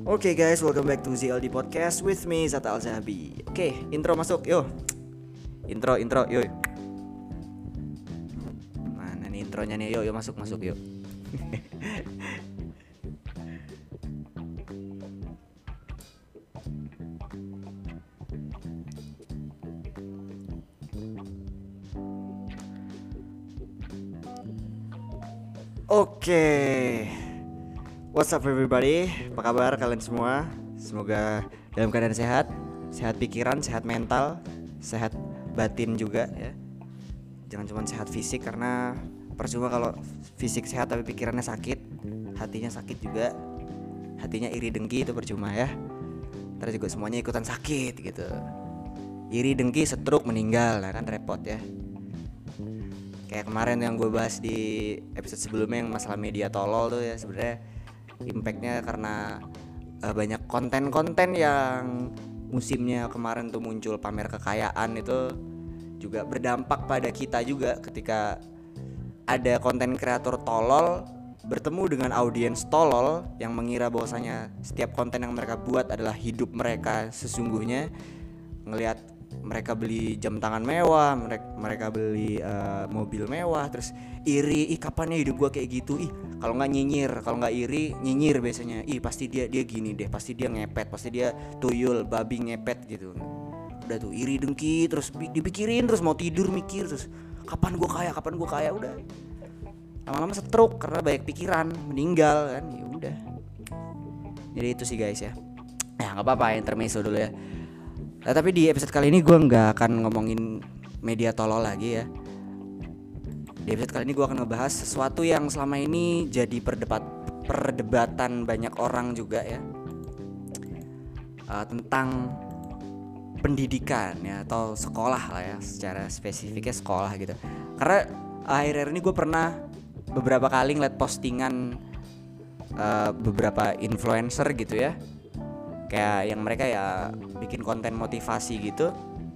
Oke guys, welcome back to ZLD Podcast with me Zata Al-Zahabi. Oke, intro masuk, yo. Intro, yuk. Mana nih intronya nih, yuk masuk, yuk. Oke. What's up everybody? Apa kabar kalian semua? Semoga dalam keadaan sehat, sehat pikiran, sehat mental, sehat batin juga ya. Jangan cuma sehat fisik, karena percuma kalau fisik sehat tapi pikirannya sakit, hatinya sakit juga. Hatinya iri dengki itu percuma ya. Ntar juga semuanya ikutan sakit gitu. Iri dengki stroke meninggal, nah kan repot ya. Kayak kemarin yang gue bahas di episode sebelumnya yang masalah media tolol tuh ya, sebenarnya impactnya karena banyak konten-konten yang musimnya kemarin tuh muncul pamer kekayaan, itu juga berdampak pada kita juga ketika ada konten kreator tolol bertemu dengan audiens tolol yang mengira bahwasanya setiap konten yang mereka buat adalah hidup mereka sesungguhnya. Ngelihat mereka beli jam tangan mewah, mereka beli mobil mewah, terus iri, ih kapan ya hidup gua kayak gitu, ih kalau nggak nyinyir, kalau nggak iri nyinyir biasanya, ih pasti dia gini deh, pasti dia ngepet, pasti dia tuyul, babi ngepet gitu. Udah tuh iri dengki, terus dipikirin, terus mau tidur mikir, terus kapan gua kaya, udah lama-lama stroke karena banyak pikiran, meninggal kan, ya udah. Jadi itu sih guys ya. Ya nggak apa-apa, intermezzo dulu ya. Nah, tapi di episode kali ini gue nggak akan ngomongin media tolol lagi ya. Di episode kali ini gue akan ngebahas sesuatu yang selama ini jadi perdebatan banyak orang juga ya, tentang pendidikan ya, atau sekolah lah ya, secara spesifiknya sekolah gitu. Karena akhir-akhir ini gue pernah beberapa kali ngeliat postingan beberapa influencer gitu ya, kayak yang mereka ya bikin konten motivasi gitu,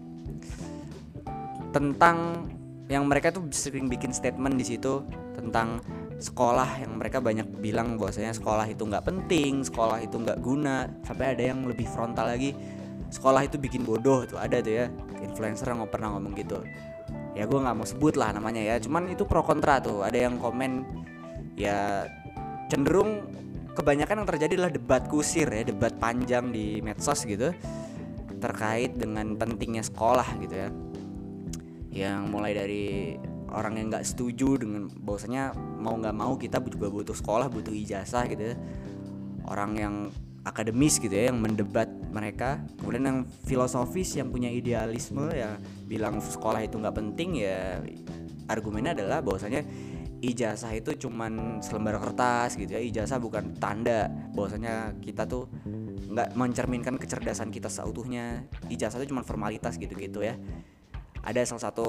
tentang yang mereka tuh sering bikin statement di situ tentang sekolah, yang mereka banyak bilang bahwasanya sekolah itu nggak penting, sekolah itu nggak guna, sampai ada yang lebih frontal lagi, sekolah itu bikin bodoh. Tuh ada tuh ya influencer yang pernah ngomong gitu. Ya gue nggak mau sebut lah namanya ya, cuman itu pro kontra tuh. Ada yang komen ya cenderung kebanyakan yang terjadi adalah debat kusir ya, debat panjang di medsos gitu terkait dengan pentingnya sekolah gitu ya. Yang mulai dari orang yang nggak setuju dengan bahwasanya mau nggak mau kita juga butuh sekolah, butuh ijazah gitu ya. Orang yang akademis gitu ya yang mendebat mereka, kemudian yang filosofis yang punya idealisme ya bilang sekolah itu nggak penting ya. Argumennya adalah bahwasanya ijazah itu cuman selembar kertas gitu ya. Ijazah bukan tanda bahwasanya kita tuh nggak mencerminkan kecerdasan kita seutuhnya. Ijazah itu cuma formalitas gitu-gitu ya. Ada salah satu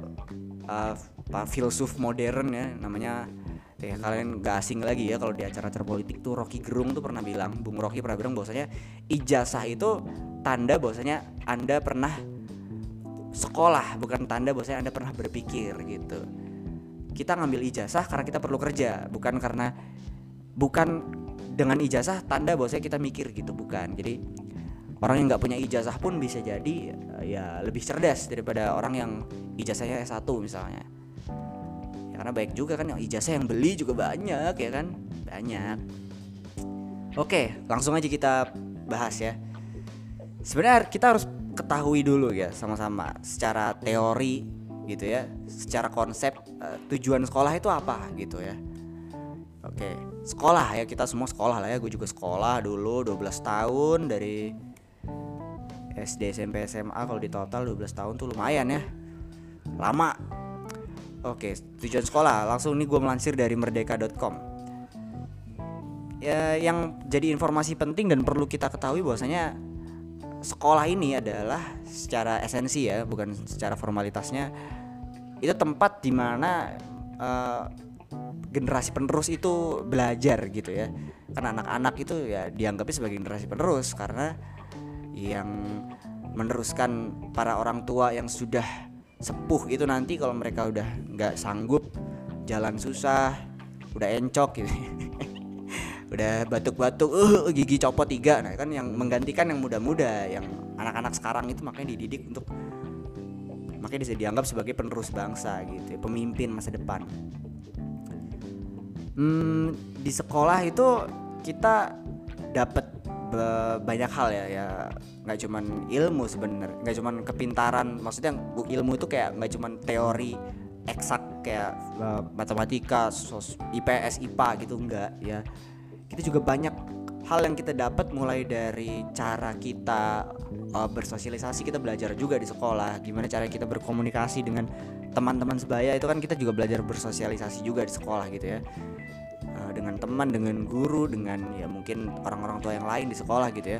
filsuf modern ya, namanya ya kalian nggak asing lagi ya kalau di acara-acara politik tuh, Rocky Gerung tuh pernah bilang, Bung Rocky pernah bilang bahwasanya ijazah itu tanda bahwasanya Anda pernah sekolah, bukan tanda bahwasanya Anda pernah berpikir gitu. Kita ngambil ijazah karena kita perlu kerja, bukan dengan ijazah tanda bahwasanya kita mikir gitu, bukan. Jadi orang yang nggak punya ijazah pun bisa jadi ya lebih cerdas daripada orang yang ijazahnya S1 misalnya. Ya karena baik juga kan yang ijazah yang beli juga banyak ya kan, banyak. Oke, langsung aja kita bahas ya. Sebenarnya kita harus ketahui dulu ya sama-sama secara teori gitu ya, secara konsep tujuan sekolah itu apa gitu ya. Oke, sekolah ya, kita semua sekolah lah ya. Gue juga sekolah dulu 12 tahun, dari SD, SMP, SMA, kalau di total 12 tahun tuh lumayan ya, lama. Oke, tujuan sekolah, langsung nih gue melansir dari merdeka.com ya. Yang jadi informasi penting dan perlu kita ketahui bahwasanya sekolah ini adalah secara esensi ya, bukan secara formalitasnya, itu tempat dimana generasi penerus itu belajar gitu ya. Karena anak-anak itu ya dianggapnya sebagai generasi penerus, karena yang meneruskan para orang tua yang sudah sepuh itu nanti kalau mereka udah nggak sanggup, jalan susah, udah encok gitu udah batuk-batuk, gigi copot 3. Nah kan yang menggantikan yang muda-muda, yang anak-anak sekarang itu makanya dididik untuk, makanya bisa dianggap sebagai penerus bangsa gitu ya, pemimpin masa depan. Di sekolah itu kita dapat banyak hal ya nggak cuman ilmu sebenarnya, nggak cuman kepintaran, maksudnya ilmu itu kayak nggak cuman teori eksak kayak matematika, IPS, IPA gitu, enggak ya. Kita juga banyak hal yang kita dapat, mulai dari cara kita bersosialisasi. Kita belajar juga di sekolah gimana cara kita berkomunikasi dengan teman-teman sebaya, itu kan kita juga belajar bersosialisasi juga di sekolah gitu ya, dengan teman, dengan guru, dengan ya mungkin orang-orang tua yang lain di sekolah gitu ya.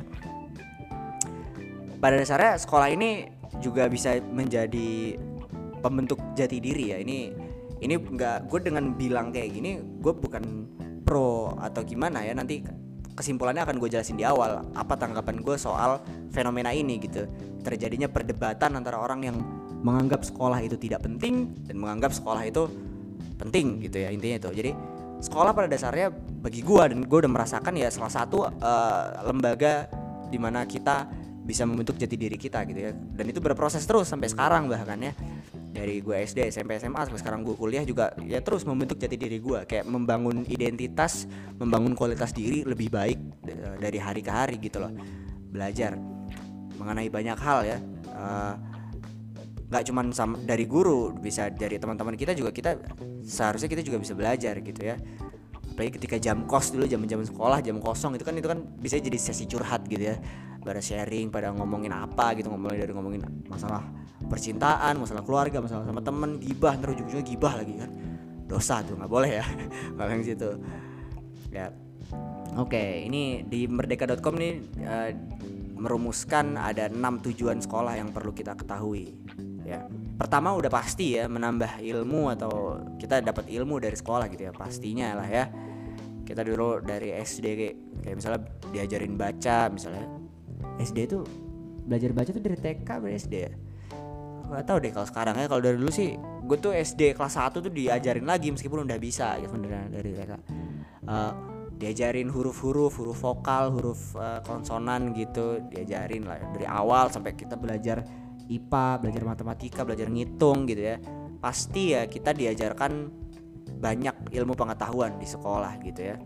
Pada dasarnya sekolah ini juga bisa menjadi pembentuk jati diri ya. Ini enggak, gue dengan bilang kayak gini gue bukan pro atau gimana ya, nanti kesimpulannya akan gue jelasin di awal apa tanggapan gue soal fenomena ini gitu. Terjadinya perdebatan antara orang yang menganggap sekolah itu tidak penting dan menganggap sekolah itu penting gitu ya, intinya itu. Jadi sekolah pada dasarnya bagi gue, dan gue udah merasakan ya, salah satu lembaga di mana kita bisa membentuk jati diri kita gitu ya. Dan itu berproses terus sampai sekarang bahkan ya. Dari gue SD, SMP, SMA sampai sekarang gue kuliah juga ya terus membentuk jati diri gue, kayak membangun identitas, membangun kualitas diri lebih baik dari hari ke hari gitu loh. Belajar mengenai banyak hal ya, nggak cuman dari guru, bisa dari teman-teman kita juga. Kita seharusnya kita juga bisa belajar gitu ya. Apalagi ketika jam kos dulu, zaman sekolah, jam kosong itu kan bisa jadi sesi curhat gitu ya, pada sharing, pada ngomongin apa gitu, ngomongin masalah percintaan, masalah keluarga, masalah sama temen, gibah, ntar ujung-ujungnya gibah lagi kan, dosa tuh, nggak boleh ya kalau yang situ ya. Oke, ini di merdeka.com nih merumuskan ada 6 tujuan sekolah yang perlu kita ketahui ya. Pertama udah pasti ya, menambah ilmu atau kita dapat ilmu dari sekolah gitu ya, pastinya lah ya. Kita dulu dari SD kayak misalnya diajarin baca, misalnya SD tuh belajar baca tuh dari TK sampai SD ya. Gak tau deh kalau sekarang ya. Kalau dari dulu sih gue tuh SD kelas 1 tuh diajarin lagi meskipun udah bisa gitu dari TK. Diajarin huruf vokal, huruf konsonan gitu, diajarin lah dari awal sampai kita belajar IPA, belajar matematika, belajar ngitung gitu ya. Pasti ya kita diajarkan banyak ilmu pengetahuan di sekolah gitu ya.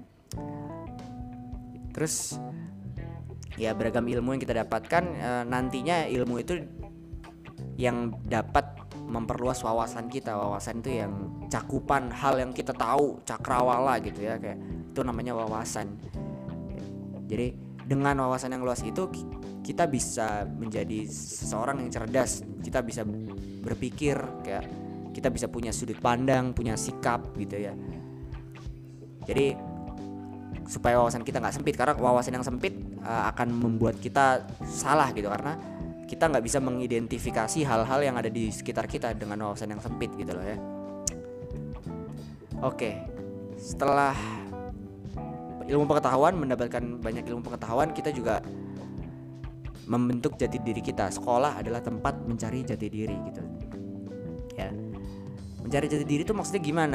Terus ya beragam ilmu yang kita dapatkan, nantinya ilmu itu yang dapat memperluas wawasan kita. Wawasan itu yang cakupan hal yang kita tahu, cakrawala gitu ya, kayak itu namanya wawasan. Jadi dengan wawasan yang luas itu kita bisa menjadi seseorang yang cerdas. Kita bisa berpikir, kayak kita bisa punya sudut pandang, punya sikap gitu ya. Jadi supaya wawasan kita nggak sempit, karena wawasan yang sempit akan membuat kita salah gitu, karena kita nggak bisa mengidentifikasi hal-hal yang ada di sekitar kita dengan wawasan yang sempit gitu loh ya. Oke, setelah ilmu pengetahuan, mendapatkan banyak ilmu pengetahuan, kita juga membentuk jati diri kita. Sekolah adalah tempat mencari jati diri gitu ya. Mencari jati diri itu maksudnya gimana?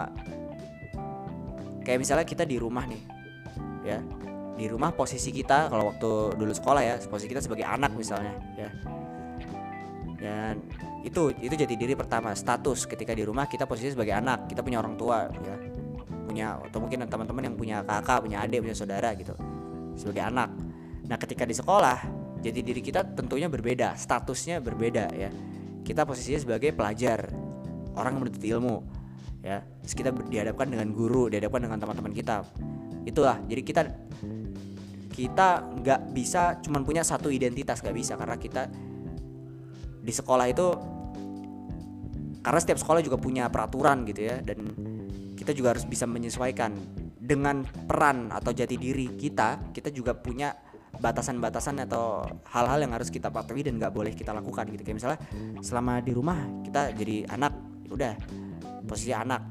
Kayak misalnya kita di rumah nih ya, di rumah posisi kita kalau waktu dulu sekolah ya, posisi kita sebagai anak misalnya ya. Dan itu jati diri pertama, status ketika di rumah kita posisi sebagai anak, kita punya orang tua ya, punya, atau mungkin teman-teman yang punya kakak, punya adik, punya saudara gitu, sebagai anak. Nah ketika di sekolah, jati diri kita tentunya berbeda, statusnya berbeda ya. Kita posisinya sebagai pelajar, orang yang menuntut ilmu ya. Terus kita dihadapkan dengan guru, dihadapkan dengan teman-teman kita. Itulah, jadi kita nggak bisa cuman punya satu identitas, nggak bisa, karena kita di sekolah itu, karena setiap sekolah juga punya peraturan gitu ya, dan kita juga harus bisa menyesuaikan dengan peran atau jati diri kita. Kita juga punya batasan-batasan atau hal-hal yang harus kita patuhi dan nggak boleh kita lakukan gitu. Kayak misalnya selama di rumah kita jadi anak, udah posisi anak,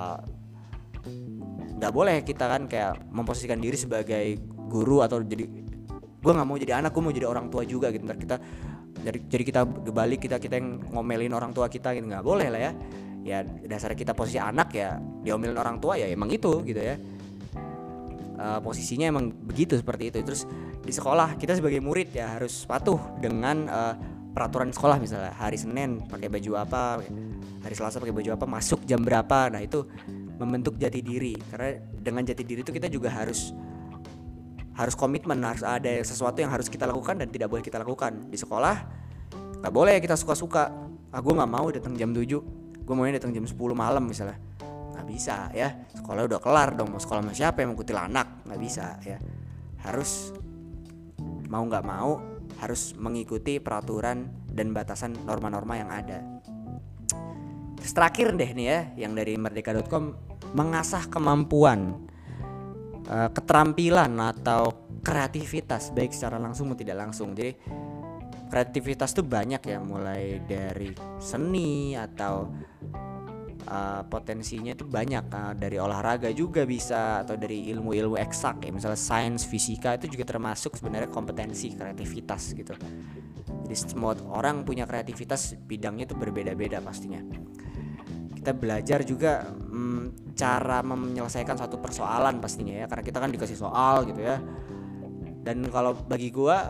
nggak boleh kita kan kayak memposisikan diri sebagai guru atau jadi, gue nggak mau jadi anak, gue mau jadi orang tua juga gitu. Ntar kita jadi kita kebalik, kita yang ngomelin orang tua kita gitu, nggak boleh lah ya. Ya dasarnya kita posisi anak ya, diomelin orang tua ya emang itu gitu ya. posisinya emang begitu, seperti itu. Terus di sekolah kita sebagai murid ya harus patuh dengan peraturan sekolah, misalnya hari Senin pakai baju apa, hari Selasa pakai baju apa, masuk jam berapa. Nah itu membentuk jati diri, karena dengan jati diri itu kita juga harus komitmen, harus ada sesuatu yang harus kita lakukan dan tidak boleh kita lakukan. Di sekolah nggak boleh kita suka-suka, gue nggak mau datang jam 7, gue maunya datang jam 10 malam misalnya. Nggak bisa ya, sekolah udah kelar dong, mau sekolah sama siapa, yang mau kuntilanak? Nggak bisa ya, harus mau nggak mau harus mengikuti peraturan dan batasan norma-norma yang ada. Terus terakhir deh nih ya, yang dari merdeka.com, mengasah kemampuan, keterampilan atau kreativitas baik secara langsung maupun tidak langsung. Jadi kreativitas tuh banyak ya, mulai dari seni atau potensinya tuh banyak, dari olahraga juga bisa, atau dari ilmu-ilmu eksak ya, misalnya sains, fisika, itu juga termasuk sebenarnya kompetensi kreativitas gitu. Jadi semua orang punya kreativitas, bidangnya tuh berbeda-beda pastinya. Kita belajar juga cara menyelesaikan suatu persoalan pastinya ya, karena kita kan dikasih soal gitu ya. Dan kalau bagi gua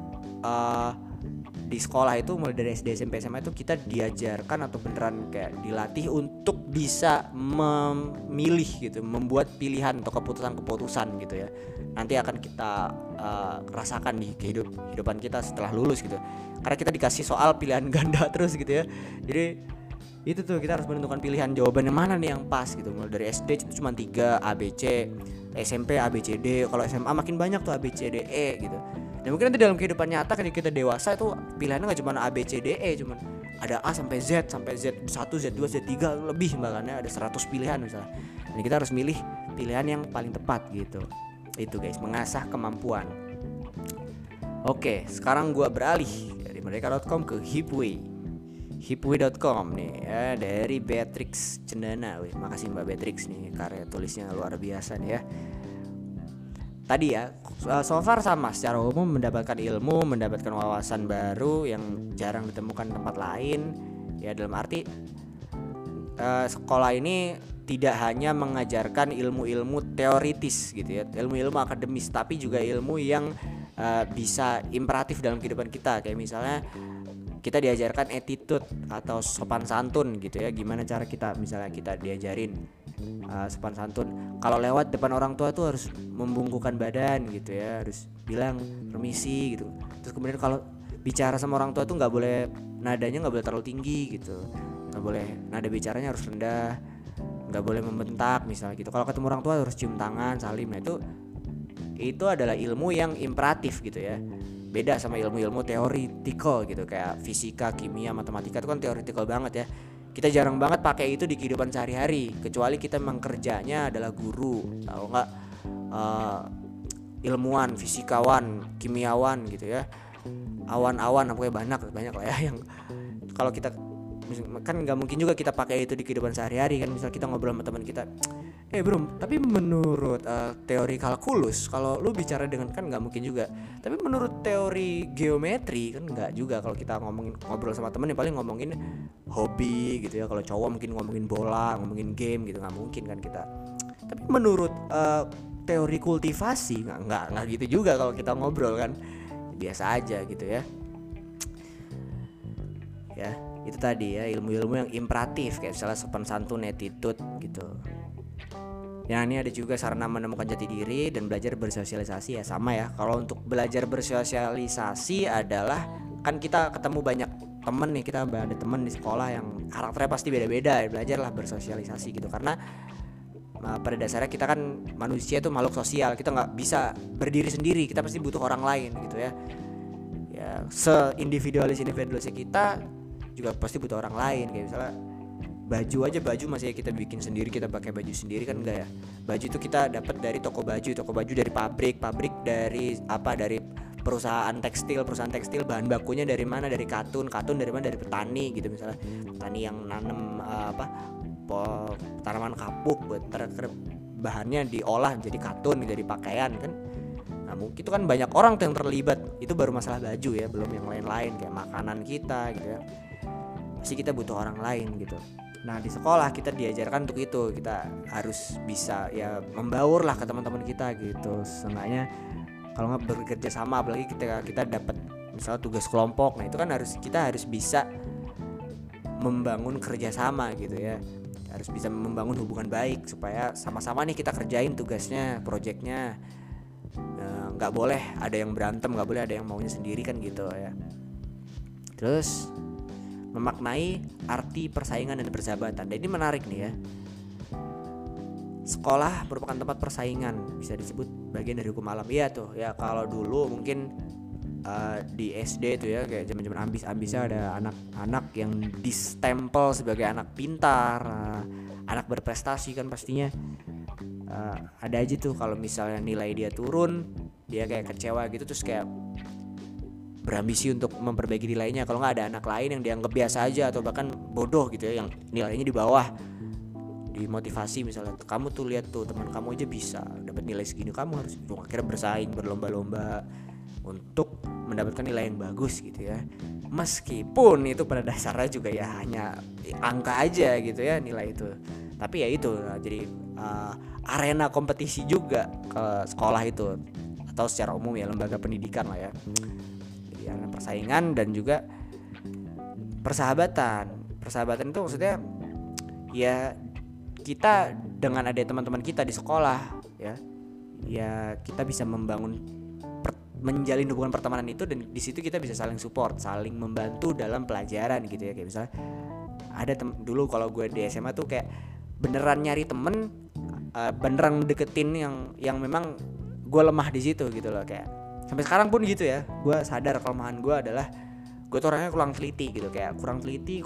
di sekolah itu mulai dari SD, SMP, SMA itu kita diajarkan atau beneran kayak dilatih untuk bisa memilih gitu, membuat pilihan atau keputusan gitu ya. Nanti akan kita rasakan di kehidupan kita setelah lulus gitu. Karena kita dikasih soal pilihan ganda terus gitu ya. Jadi itu tuh kita harus menentukan pilihan jawabannya mana nih yang pas gitu. Mulai dari SD itu cuma 3 A, B, C, SMP A, B, C, D, kalau SMA makin banyak tuh A, B, C, D, E gitu. Dan mungkin nanti dalam kehidupan nyata ketika kita dewasa itu pilihannya gak cuma A, B, C, D, E, cuman ada A sampai Z, sampai Z1, Z2, Z3 lebih, bahkannya ada 100 pilihan misalnya. Dan kita harus milih pilihan yang paling tepat gitu. Itu guys, mengasah kemampuan. Oke, sekarang gua beralih dari merdeka.com ke hipway.com nih ya, dari Beatrix Cendana. Makasih Mbak Beatrix nih, karya tulisnya luar biasa nih ya. Tadi ya, so far sama, secara umum mendapatkan ilmu, mendapatkan wawasan baru yang jarang ditemukan di tempat lain. Ya dalam arti sekolah ini tidak hanya mengajarkan ilmu-ilmu teoritis gitu ya, ilmu-ilmu akademis, tapi juga ilmu yang bisa imperatif dalam kehidupan kita. Kayak misalnya kita diajarkan attitude atau sopan santun gitu ya, gimana cara kita, misalnya kita diajarin sopan santun, kalau lewat depan orang tua tuh harus membungkukkan badan gitu ya, harus bilang permisi gitu. Terus kemudian kalau bicara sama orang tua tuh nggak boleh, nadanya nggak boleh terlalu tinggi gitu, nggak boleh, nada bicaranya harus rendah, nggak boleh membentak misalnya gitu. Kalau ketemu orang tua harus cium tangan, salim. Nah itu adalah ilmu yang imperatif gitu ya, beda sama ilmu-ilmu teoritikal gitu, kayak fisika, kimia, matematika itu kan teoritikal banget ya. Kita jarang banget pakai itu di kehidupan sehari-hari, kecuali kita memang kerjanya adalah guru atau enggak ilmuwan, fisikawan, kimiawan gitu ya, awan-awan, pokoknya banyak lah ya, yang kalau kita kan nggak mungkin juga kita pakai itu di kehidupan sehari-hari kan. Misal kita ngobrol sama teman kita, bro, tapi menurut teori kalkulus, kalau lu bicara dengan, kan nggak mungkin juga. Tapi menurut teori geometri kan nggak juga. Kalau kita ngobrol sama temen ya paling ngomongin hobi gitu ya. Kalau cowok mungkin ngomongin bola, ngomongin game gitu, nggak mungkin kan kita. Tapi menurut teori kultivasi nggak gitu juga kalau kita ngobrol kan, biasa aja gitu ya. Ya itu tadi ya, ilmu-ilmu yang imperatif kayak misalnya sopan santun, attitude gitu. Yang ini ada juga sarana menemukan jati diri dan belajar bersosialisasi ya, sama ya. Kalau untuk belajar bersosialisasi adalah kan kita ketemu banyak temen nih, kita ada temen di sekolah yang karakternya pasti beda-beda ya, belajarlah bersosialisasi gitu. Karena pada dasarnya kita kan manusia tuh makhluk sosial, kita nggak bisa berdiri sendiri, kita pasti butuh orang lain gitu ya. Ya se-individualisnya kita juga pasti butuh orang lain. Kayak misalnya baju masih kita bikin sendiri, kita pakai baju sendiri kan enggak ya. Baju itu kita dapat dari toko baju dari pabrik dari dari perusahaan tekstil, bahan bakunya dari mana, dari katun dari mana, dari petani gitu. Misalnya petani yang nanam tanaman kapuk, bahannya diolah menjadi katun, jadi pakaian kan. Nah mungkin itu kan banyak orang tuh yang terlibat. Itu baru masalah baju ya, belum yang lain-lain kayak makanan kita gitu ya. Pasti kita butuh orang lain gitu. Nah di sekolah kita diajarkan untuk itu, kita harus bisa ya membaur lah ke teman-teman kita gitu. Seenggaknya kalau nggak bekerja sama, apalagi kita dapat misalnya tugas kelompok, nah itu kan kita harus bisa membangun kerjasama gitu ya, harus bisa membangun hubungan baik supaya sama-sama nih kita kerjain tugasnya, proyeknya. Nggak boleh ada yang berantem, nggak boleh ada yang maunya sendiri kan gitu ya. Terus memaknai arti persaingan dan persahabatan. Dan ini menarik nih ya. Sekolah merupakan tempat persaingan, bisa disebut bagian dari hukum alam. Iya tuh ya, kalau dulu mungkin di SD tuh ya, kayak zaman-zaman ambis-ambisnya ada anak-anak yang distempel sebagai anak pintar, anak berprestasi kan pastinya. Ada aja tuh kalau misalnya nilai dia turun, dia kayak kecewa gitu, terus kayak berambisi untuk memperbaiki nilainya. Kalau nggak ada anak lain yang dianggap biasa aja atau bahkan bodoh gitu ya, yang nilainya di bawah, dimotivasi misalnya, kamu tuh lihat tuh teman kamu aja bisa dapat nilai segini, kamu harus itu. Akhirnya bersaing, berlomba-lomba untuk mendapatkan nilai yang bagus gitu ya. Meskipun itu pada dasarnya juga ya hanya angka aja gitu ya nilai itu. Tapi ya itu, jadi arena kompetisi juga ke sekolah itu, atau secara umum ya lembaga pendidikan lah ya. Jadi arena persaingan dan juga persahabatan. Persahabatan itu maksudnya ya kita dengan ada teman-teman kita di sekolah ya kita bisa menjalin hubungan pertemanan itu, dan di situ kita bisa saling support, saling membantu dalam pelajaran gitu ya. Kayak misalnya ada dulu kalau gue di SMA tuh kayak beneran nyari temen, beneran deketin yang memang gue lemah di situ gitu loh. Kayak sampai sekarang pun gitu ya, gue sadar kelemahan gue adalah gue tuh orangnya kurang teliti gitu, kayak kurang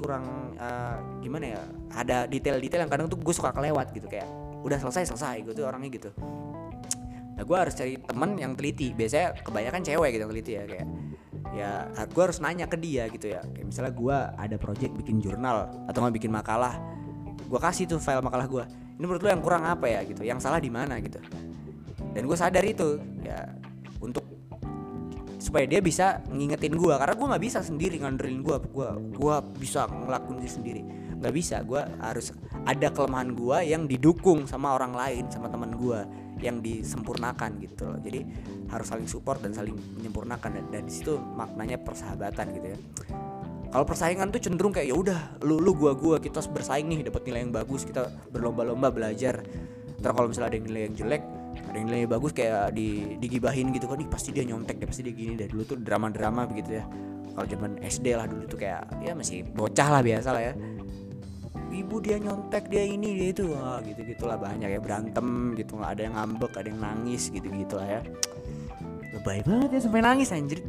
gimana ya, ada detail-detail yang kadang tuh gue suka kelewat gitu, kayak udah selesai gue tuh orangnya gitu. Nah gue harus cari temen yang teliti, biasanya kebanyakan cewek gitu yang teliti ya, kayak ya gue harus nanya ke dia gitu ya. Kayak misalnya gue ada project bikin jurnal atau nggak bikin makalah, gue kasih tuh file makalah gue, ini menurut lo yang kurang apa ya gitu, yang salah di mana gitu. Dan gue sadar itu ya, untuk supaya dia bisa ngingetin gue, karena gue nggak bisa sendiri ngandelin gue bisa ngelakuin dia sendiri, nggak bisa. Gue harus ada kelemahan gue yang didukung sama orang lain, sama teman gue yang disempurnakan gitu loh. Jadi harus saling support dan saling menyempurnakan, dan di situ maknanya persahabatan gitu ya. Kalau persaingan tuh cenderung kayak ya udah lu gua kita harus bersaing nih dapat nilai yang bagus, kita berlomba-lomba belajar. Ntar kalau misalnya ada yang nilai yang jelek, ada yang nilai bagus, kayak digibahin gitu kan, nih pasti dia nyontek deh, pasti dia gini deh. Dulu tuh drama-drama begitu ya. Kalau zaman SD lah dulu tuh kayak ya masih bocah lah, biasa lah ya. Ibu dia nyontek, dia ini dia itu, gitu-gitulah, banyak ya berantem gitu, ada yang ngambek, ada yang nangis gitu-gitu lah ya. Lebay banget ya sampai nangis anjir.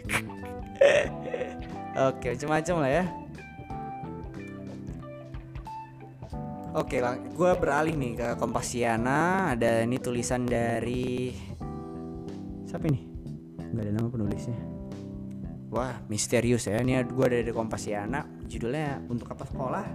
Oke, macam-macam lah ya. Oke lah, gue beralih nih ke Kompasiana. Ada ini tulisan dari siapa nih? Gak ada nama penulisnya. Wah, misterius ya. Ini gue dari Kompasiana. Judulnya Untuk Apa Sekolah.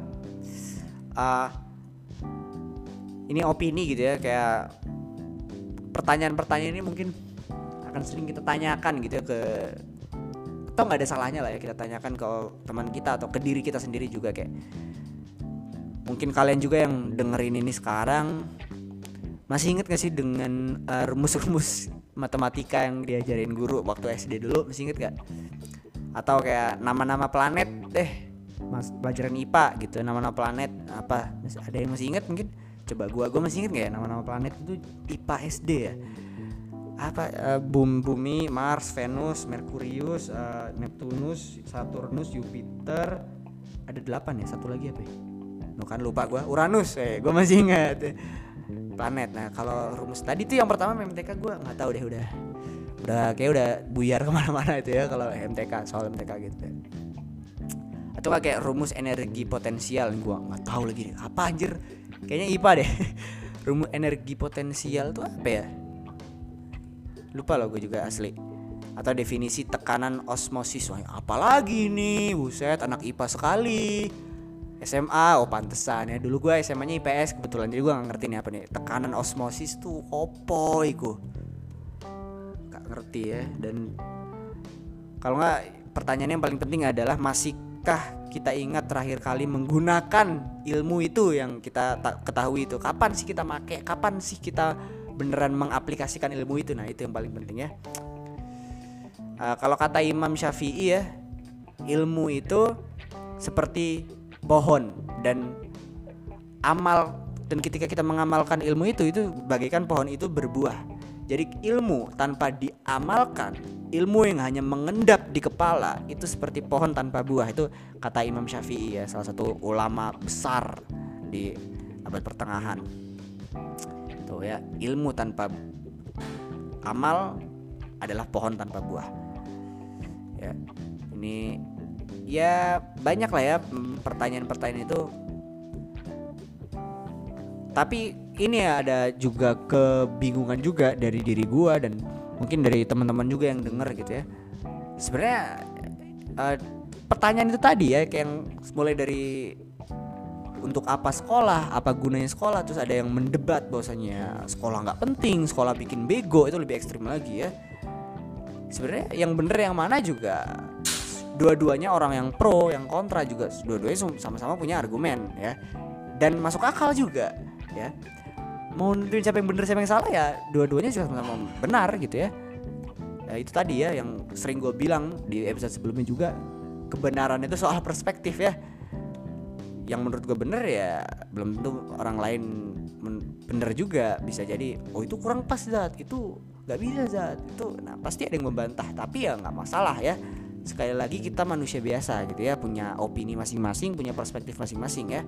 Ini opini gitu ya, kayak pertanyaan-pertanyaan ini mungkin akan sering kita tanyakan gitu ya atau nggak ada salahnya lah ya kita tanyakan ke teman kita atau ke diri kita sendiri juga. Kayak mungkin kalian juga yang dengerin ini sekarang masih inget gak sih dengan rumus-rumus matematika yang diajarin guru waktu SD dulu, masih inget gak? Atau kayak nama-nama planet pelajaran IPA gitu, nama-nama planet apa, ada yang masih inget mungkin? Coba gue masih inget gak ya nama-nama planet itu IPA SD ya? Apa Bumi, Mars, Venus, Merkurius, Neptunus, Saturnus, Jupiter, ada 8 ya, satu lagi apa ya? Kan lupa gue, Uranus, gue masih ingat planet. Nah kalau rumus tadi tuh yang pertama MTK gue nggak tahu deh, udah kayak udah buyar kemana-mana itu ya kalau MTK, soal MTK gitu. Atau kayak rumus energi potensial, gue nggak tahu lagi deh, apa anjir, kayaknya IPA deh. Rumus energi potensial tuh apa ya? Lupa loh gue juga asli. Atau definisi tekanan osmosis. Wah, apalagi nih, buset, anak IPA sekali. SMA, pantesan ya. Dulu gue SMA-nya IPS kebetulan, jadi gue gak ngerti nih apa nih tekanan osmosis tuh opo iku. Gak ngerti ya. Dan kalau gak, pertanyaan yang paling penting adalah masihkah kita ingat terakhir kali menggunakan ilmu itu yang kita ketahui itu? Kapan sih kita make? Kapan sih kita beneran mengaplikasikan ilmu itu? Nah, itu yang paling penting ya. Kalau kata Imam Syafi'i ya, ilmu itu seperti pohon dan ketika kita mengamalkan ilmu itu bagaikan pohon itu berbuah. Jadi ilmu tanpa diamalkan, ilmu yang hanya mengendap di kepala, itu seperti pohon tanpa buah. Itu kata Imam Syafi'i ya, salah satu ulama besar di abad pertengahan. Tuh ya, ilmu tanpa amal adalah pohon tanpa buah. Ya, ini ya banyak lah ya pertanyaan-pertanyaan itu. Tapi ini ya ada juga kebingungan juga dari diri gua dan mungkin dari teman-teman juga yang denger gitu ya. Sebenarnya pertanyaan itu tadi ya, kayak yang mulai dari untuk apa sekolah, apa gunanya sekolah, terus ada yang mendebat bahwasanya sekolah nggak penting, sekolah bikin bego, itu lebih ekstrim lagi ya. Sebenarnya yang bener yang mana juga, dua-duanya orang yang pro, yang kontra juga, dua-duanya sama-sama punya argumen ya, dan masuk akal juga ya. Mau nentuin siapa yang bener siapa yang salah ya, dua-duanya juga sama-sama benar gitu ya. Ya itu tadi ya yang sering gue bilang di episode sebelumnya juga, kebenaran itu soal perspektif ya. Yang menurut gue bener ya belum tentu orang lain bener juga. Bisa jadi itu kurang pas Zat, itu gak bisa Zat, itu nah pasti ada yang membantah. Tapi ya gak masalah ya, sekali lagi kita manusia biasa gitu ya, punya opini masing-masing, punya perspektif masing-masing ya.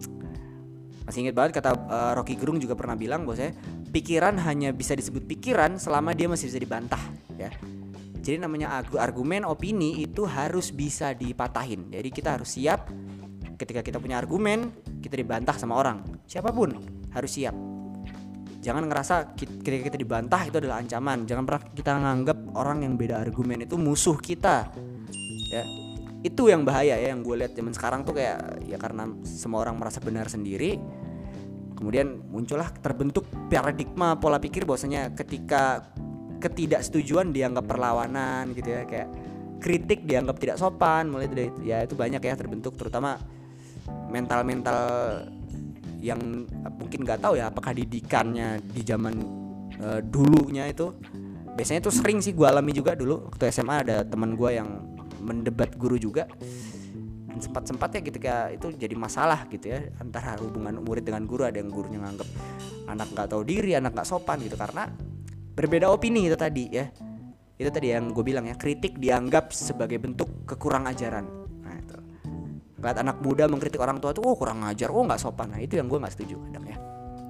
Masih ingat banget kata Rocky Gerung juga pernah bilang bahwasanya pikiran hanya bisa disebut pikiran selama dia masih bisa dibantah ya. Jadi namanya argumen, opini itu harus bisa dipatahin. Jadi kita harus siap ketika kita punya argumen, kita dibantah sama orang, siapapun harus siap. Jangan ngerasa ketika kita dibantah itu adalah ancaman. Jangan pernah kita nganggap orang yang beda argumen itu musuh kita ya. Itu yang bahaya ya, yang gue lihat zaman sekarang tuh kayak ya, karena semua orang merasa benar sendiri, kemudian muncullah terbentuk paradigma pola pikir bahwasanya ketika ketidaksetujuan dianggap perlawanan gitu ya, kayak kritik dianggap tidak sopan, mulai dari ya itu banyak ya terbentuk, terutama mental-mental yang mungkin nggak tahu ya apakah didikannya di zaman dulunya itu biasanya tuh sering sih gue alami juga dulu waktu SMA. Ada teman gue yang mendebat guru juga, dan sempat-sempat ya ketika itu jadi masalah gitu ya antara hubungan murid dengan guru. Ada yang gurunya nganggap anak nggak tahu diri, anak nggak sopan gitu karena berbeda opini. Itu tadi ya, itu tadi yang gue bilang ya, kritik dianggap sebagai bentuk kekurang ajaran. Nah itu lihat anak muda mengkritik orang tua tuh, oh kurang ajar, oh nggak sopan. Nah itu yang gue nggak setuju kadang ya.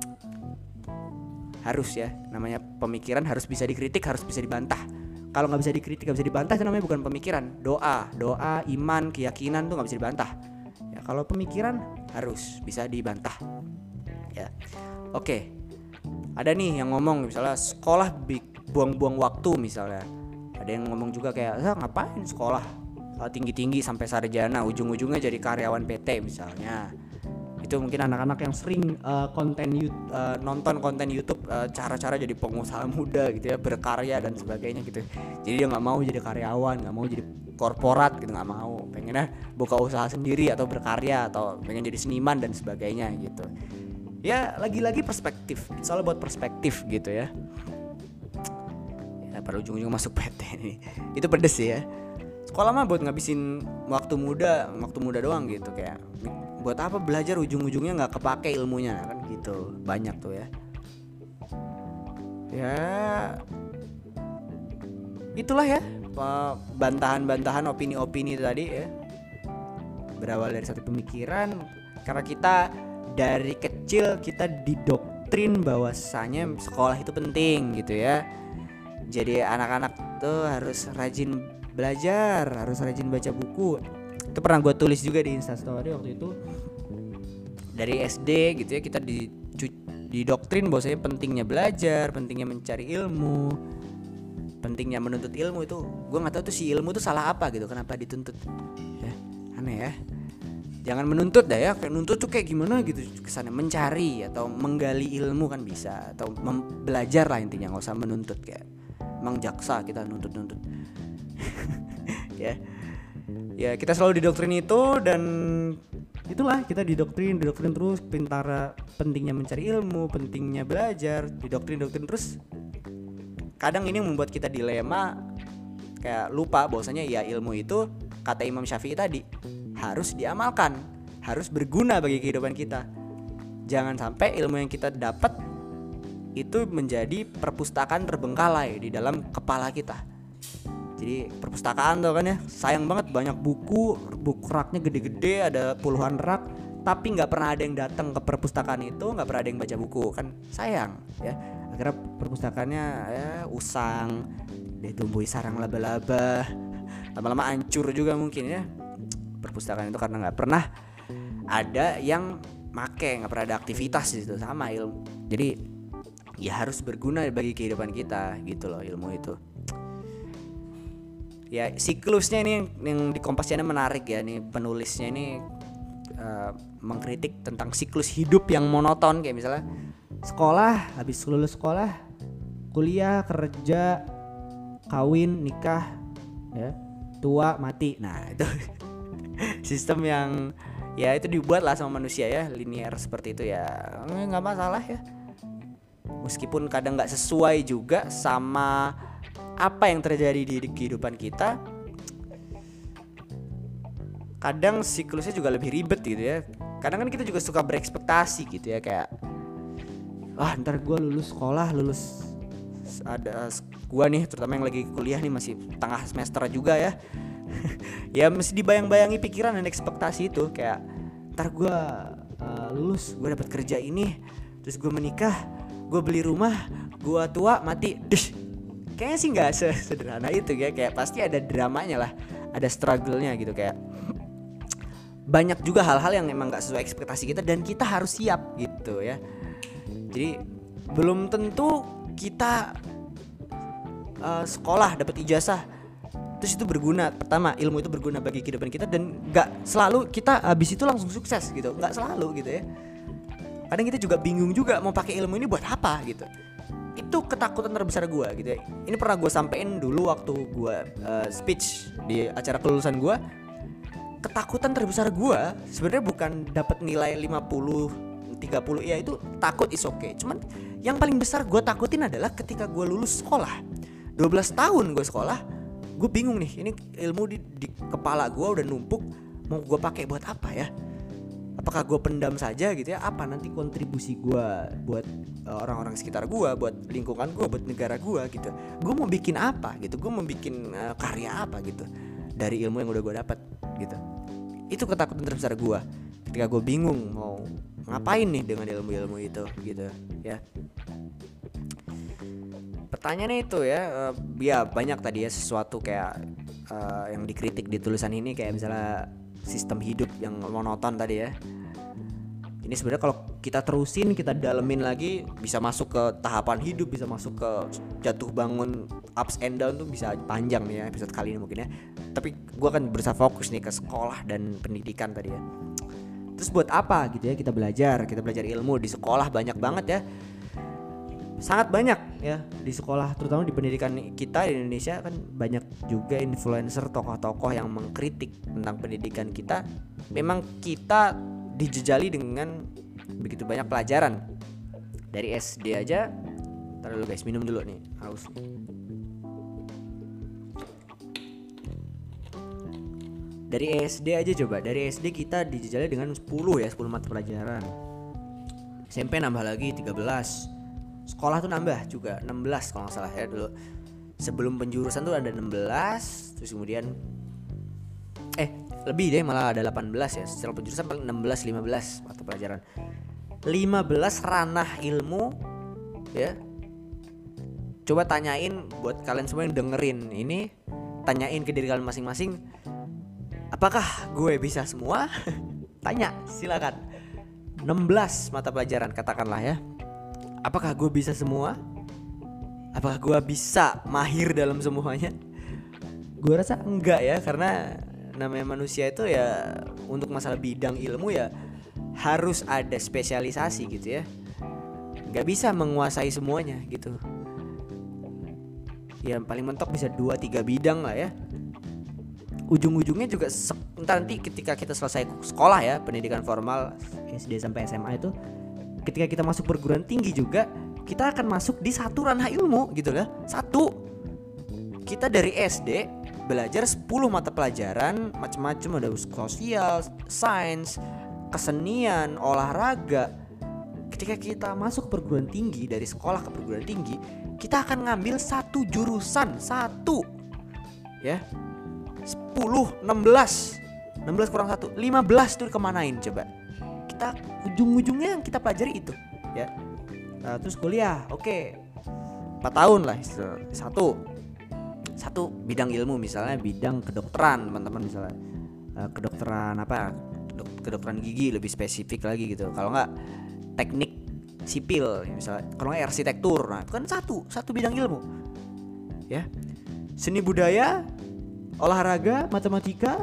Harus ya, namanya pemikiran harus bisa dikritik, harus bisa dibantah. Kalau nggak bisa dikritik, nggak bisa dibantah, itu namanya bukan pemikiran. Doa, iman, keyakinan tuh nggak bisa dibantah. Ya kalau pemikiran harus bisa dibantah. Ya, oke. Ada nih yang ngomong misalnya sekolah buang-buang waktu misalnya. Ada yang ngomong juga kayak ngapain sekolah tinggi-tinggi sampai sarjana, ujung-ujungnya jadi karyawan PT misalnya. Itu mungkin anak-anak yang sering nonton konten YouTube cara-cara jadi pengusaha muda gitu ya, berkarya dan sebagainya gitu. Jadi dia nggak mau jadi karyawan, nggak mau jadi korporat gitu, nggak mau, pengennya buka usaha sendiri atau berkarya atau pengen jadi seniman dan sebagainya gitu. Ya lagi-lagi perspektif, soal buat perspektif gitu ya. Ya pada ujung-ujung masuk PT nih, itu pedes ya. Sekolah mah buat ngabisin waktu muda doang gitu, kayak buat apa belajar ujung-ujungnya nggak kepake ilmunya kan gitu. Banyak tuh ya. Ya itulah ya bantahan-bantahan opini-opini tadi ya, berawal dari satu pemikiran karena kita dari kecil kita didoktrin bahwasanya sekolah itu penting gitu ya. Jadi anak-anak tuh harus rajin belajar, harus rajin baca buku. Itu pernah gue tulis juga di Instastory waktu itu. Dari SD gitu ya kita didoktrin bahwasanya pentingnya belajar, pentingnya mencari ilmu, pentingnya menuntut ilmu. Itu gue nggak tahu tuh si ilmu tuh salah apa gitu, kenapa dituntut ya, aneh ya. Jangan menuntut dah ya, kayak nuntut tuh kayak gimana gitu kesannya. Mencari atau menggali ilmu kan bisa, atau belajar lah intinya, nggak usah menuntut kayak emang jaksa kita nuntut ya. Ya kita selalu didoktrin itu, dan itulah kita didoktrin terus pentingnya mencari ilmu, pentingnya belajar, didoktrin terus. Kadang ini membuat kita dilema, kayak lupa bahwasanya ya ilmu itu kata Imam Syafi'i tadi harus diamalkan, harus berguna bagi kehidupan kita. Jangan sampai ilmu yang kita dapat itu menjadi perpustakaan terbengkalai di dalam kepala kita. Jadi perpustakaan tuh kan ya, sayang banget banyak buku raknya gede-gede, ada puluhan rak, tapi nggak pernah ada yang datang ke perpustakaan itu, nggak pernah ada yang baca buku, kan sayang ya. Akhirnya perpustakaannya ya usang, ditumbuhi sarang laba-laba, lama-lama hancur juga mungkin ya perpustakaan itu, karena nggak pernah ada yang make, nggak pernah ada aktivitas di situ. Sama ilmu, jadi ya harus berguna bagi kehidupan kita gitu loh ilmu itu. Ya siklusnya ini yang di Kompas ini menarik ya, nih penulisnya ini mengkritik tentang siklus hidup yang monoton, kayak misalnya sekolah, habis lulus sekolah, kuliah, kerja, kawin, nikah, ya, tua, mati. Nah itu sistem yang ya itu dibuat lah sama manusia ya, linear seperti itu ya, nggak masalah ya, meskipun kadang nggak sesuai juga sama apa yang terjadi di kehidupan kita. Kadang siklusnya juga lebih ribet gitu ya. Kadang kan kita juga suka berekspektasi gitu ya, kayak wah ntar gue lulus sekolah, ada gue nih terutama yang lagi kuliah nih, masih tengah semester juga ya. Ya mesti dibayang-bayangi pikiran dan ekspektasi itu, kayak ntar gue lulus, gue dapat kerja ini, terus gue menikah, gue beli rumah, gue tua mati. Kayaknya sih nggak sesederhana itu ya, kayak pasti ada dramanya lah, ada struggle-nya gitu, kayak banyak juga hal-hal yang emang nggak sesuai ekspektasi kita dan kita harus siap gitu ya. Jadi belum tentu kita sekolah dapat ijazah terus itu berguna. Pertama, ilmu itu berguna bagi kehidupan kita, dan nggak selalu kita habis itu langsung sukses gitu, nggak selalu gitu ya. Kadang kita juga bingung juga mau pakai ilmu ini buat apa gitu. Itu ketakutan terbesar gue gitu ya. Ini pernah gue sampein dulu waktu gue speech di acara kelulusan gue. Ketakutan terbesar gue sebenarnya bukan dapat nilai 50, 30, ya itu takut is okay. Cuman yang paling besar gue takutin adalah ketika gue lulus sekolah 12 tahun gue sekolah, gue bingung nih, ini ilmu di kepala gue udah numpuk, mau gue pakai buat apa ya? Apakah gue pendam saja gitu ya? Apa nanti kontribusi gue buat orang-orang sekitar gue, buat lingkungan gue, buat negara gue gitu? Gue mau bikin apa gitu? Gue mau bikin karya apa gitu dari ilmu yang udah gue dapat gitu? Itu ketakutan terbesar gue ketika gue bingung mau ngapain nih dengan ilmu-ilmu itu gitu ya. Pertanyaannya itu ya, ya banyak tadi ya sesuatu kayak yang dikritik di tulisan ini, kayak misalnya sistem hidup yang monoton tadi ya. Ini sebenarnya kalau kita terusin, kita dalemin lagi, bisa masuk ke tahapan hidup, bisa masuk ke jatuh bangun, ups and down tuh bisa panjang nih ya episode kali ini mungkin ya. Tapi gue akan berusaha fokus nih ke sekolah dan pendidikan tadi ya. Terus buat apa gitu ya kita belajar ilmu di sekolah? Banyak banget ya, sangat banyak ya di sekolah, terutama di pendidikan kita di Indonesia kan banyak juga influencer, tokoh-tokoh yang mengkritik tentang pendidikan kita. Memang kita dijejali dengan begitu banyak pelajaran dari SD aja. Ntar dulu guys, minum dulu nih, haus. Dari SD aja coba, dari SD kita dijejali dengan 10 mata pelajaran. SMP nambah lagi 13. Sekolah tuh nambah juga 16 kalau nggak salah ya dulu. Sebelum penjurusan tuh ada 16, terus kemudian lebih deh, malah ada 18 ya. Setelah penjurusan paling 16 15 mata pelajaran. 15 ranah ilmu ya. Coba tanyain buat kalian semua yang dengerin ini, tanyain ke diri kalian masing-masing, apakah gue bisa semua? Tanya, silakan. 16 mata pelajaran katakanlah ya. Apakah gue bisa semua? Apakah gue bisa mahir dalam semuanya? Gue rasa enggak ya, karena namanya manusia itu ya untuk masalah bidang ilmu ya harus ada spesialisasi gitu ya. Gak bisa menguasai semuanya gitu. Ya paling mentok bisa 2-3 bidang lah ya. ujung-ujungnya juga nanti ketika kita selesai sekolah ya, pendidikan formal SD sampai SMA itu, ketika kita masuk perguruan tinggi juga kita akan masuk di satu ranah ilmu gitu lah. Satu, kita dari SD belajar 10 mata pelajaran macam-macam, ada sosial, sains, kesenian, olahraga. Ketika kita masuk perguruan tinggi, dari sekolah ke perguruan tinggi, kita akan ngambil satu jurusan, satu ya, 10, 16 kurang 1, 15 tuh kemanain coba? Kita ujung-ujungnya yang kita pelajari itu ya. Terus kuliah, oke, 4 tahun lah, satu bidang ilmu, misalnya bidang kedokteran teman-teman, misalnya kedokteran apa, kedokteran gigi lebih spesifik lagi gitu. Kalau nggak teknik sipil misalnya, kalau nggak arsitektur, nah itu kan satu bidang ilmu ya. Seni budaya, olahraga, matematika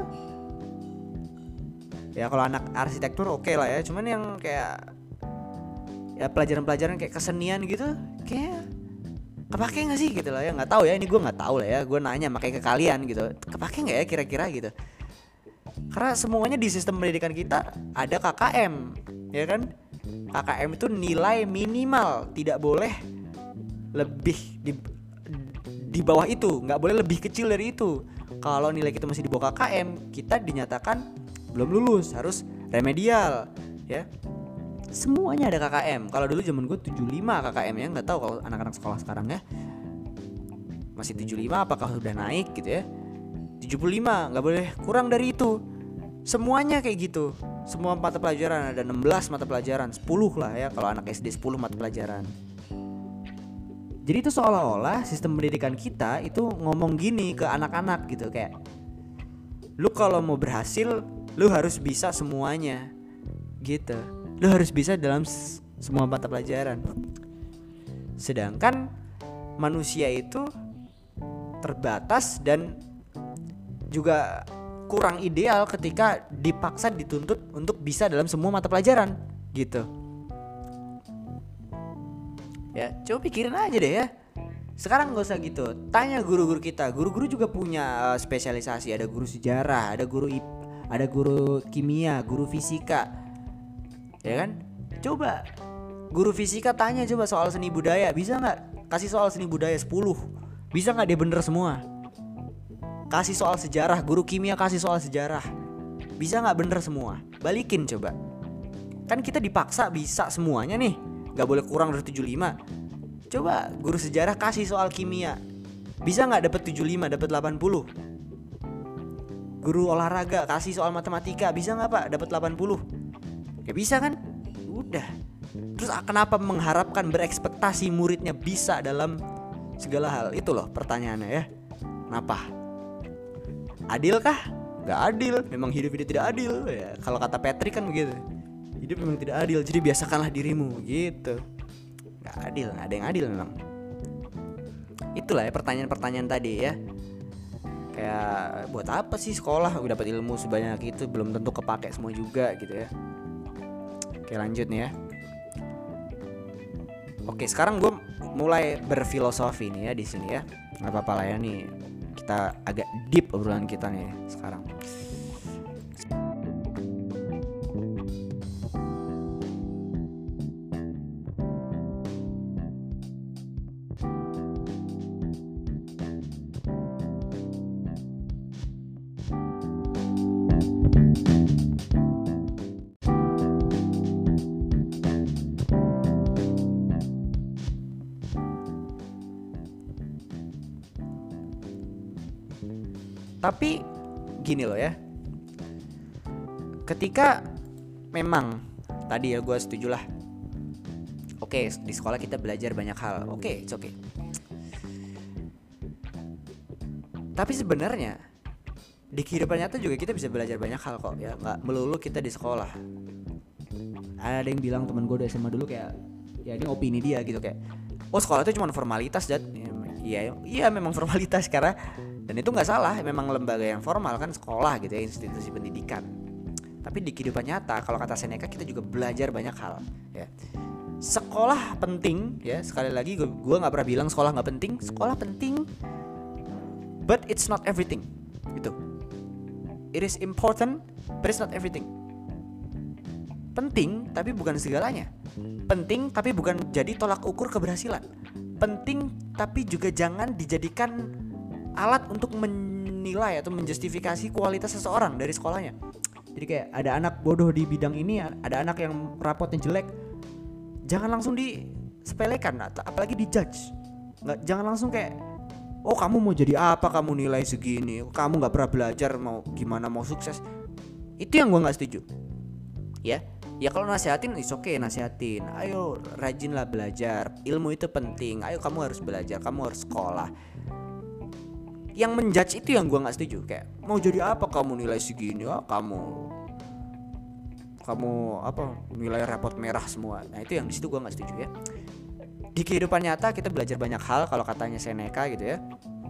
ya. Kalau anak arsitektur oke lah ya, cuman yang kayak ya pelajaran-pelajaran kayak kesenian gitu kayak kepake nggak sih gitu lah ya. Nggak tahu ya, ini gue nggak tahu lah ya, gue nanya makanya ke kalian gitu, kepake nggak ya kira-kira gitu. Karena semuanya di sistem pendidikan kita ada KKM ya kan. KKM itu nilai minimal, tidak boleh lebih di bawah itu, nggak boleh lebih kecil dari itu. Kalau nilai kita masih di bawah KKM, kita dinyatakan belum lulus, harus remedial ya. Semuanya ada KKM. Kalau dulu zaman gue 75 KKM ya, nggak tahu kalau anak-anak sekolah sekarang ya masih 75 apakah sudah naik gitu ya. 75, nggak boleh kurang dari itu. Semuanya kayak gitu. Semua mata pelajaran ada 16 mata pelajaran, 10 lah ya kalau anak SD 10 mata pelajaran. Jadi itu seolah-olah sistem pendidikan kita itu ngomong gini ke anak-anak gitu, kayak lu kalau mau berhasil lu harus bisa semuanya gitu. Lu harus bisa dalam semua mata pelajaran. Sedangkan manusia itu terbatas dan juga kurang ideal ketika dipaksa dituntut untuk bisa dalam semua mata pelajaran gitu. Ya, coba pikirin aja deh ya. Sekarang gak usah gitu, tanya guru-guru kita. Guru-guru juga punya spesialisasi. Ada guru sejarah, ada guru kimia, guru fisika, ya kan? Coba guru fisika tanya coba soal seni budaya, bisa gak? Kasih soal seni budaya 10, bisa gak dia bener semua? Kasih soal sejarah, guru kimia kasih soal sejarah, bisa gak bener semua? Balikin coba. Kan kita dipaksa bisa semuanya nih, gak boleh kurang dari 75. Coba guru sejarah kasih soal kimia, bisa gak dapet 75, dapet 80? Guru olahraga kasih soal matematika, bisa gak pak dapet 80? Ya bisa kan? Udah. Terus kenapa mengharapkan, berekspektasi muridnya bisa dalam segala hal? Itu loh pertanyaannya ya. Kenapa? Adil kah? Gak adil. Memang hidup ini tidak adil ya. Kalau kata Patrick kan begitu. Hidup memang tidak adil, jadi biasakanlah dirimu gitu. Gak adil, gak ada yang adil memang. Itulah ya pertanyaan-pertanyaan tadi ya. Kayak buat apa sih sekolah, udah dapat ilmu sebanyak itu belum tentu kepake semua juga gitu ya. Oke, lanjut nih ya. Oke, sekarang gue mulai berfilosofi nih ya di sini ya. Gak apa-apa lah ya nih, kita agak deep obrolan kita nih sekarang. Tapi gini loh ya, ketika memang tadi ya gue setuju lah. Oke, di sekolah kita belajar banyak hal. Oke, it's okay. Tapi sebenarnya di kehidupan nyata juga kita bisa belajar banyak hal kok ya, nggak melulu kita di sekolah. Ada yang bilang, teman gue dari SMA dulu, kayak ya ini opini dia gitu, kayak oh sekolah itu cuma formalitas. Dan iya memang formalitas, karena dan itu nggak salah, memang lembaga yang formal kan sekolah gitu ya, institusi pendidikan. Tapi di kehidupan nyata, kalau kata Seneca, kita juga belajar banyak hal ya. Sekolah penting ya, sekali lagi gue nggak pernah bilang sekolah nggak penting. Sekolah penting, but it's not everything gitu. It is important, but it's not everything. Penting, tapi bukan segalanya. Penting, tapi bukan jadi tolak ukur keberhasilan. Penting, tapi juga jangan dijadikan alat untuk menilai atau menjustifikasi kualitas seseorang dari sekolahnya. Jadi kayak ada anak bodoh di bidang ini, ada anak yang rapotnya jelek, jangan langsung disepelekan, apalagi dijudge. Jangan langsung kayak, oh kamu mau jadi apa, kamu nilai segini, kamu gak pernah belajar, mau gimana mau sukses. Itu yang gue gak setuju. Ya kalau nasihatin is okay, nasihatin. Ayo rajinlah belajar, ilmu itu penting. Ayo kamu harus belajar, kamu harus sekolah. Yang menjudge itu yang gue gak setuju. Kayak mau jadi apa kamu nilai segini, kamu apa, nilai rapot merah semua. Nah itu yang disitu gue gak setuju ya. Di kehidupan nyata kita belajar banyak hal, kalau katanya Seneca gitu ya.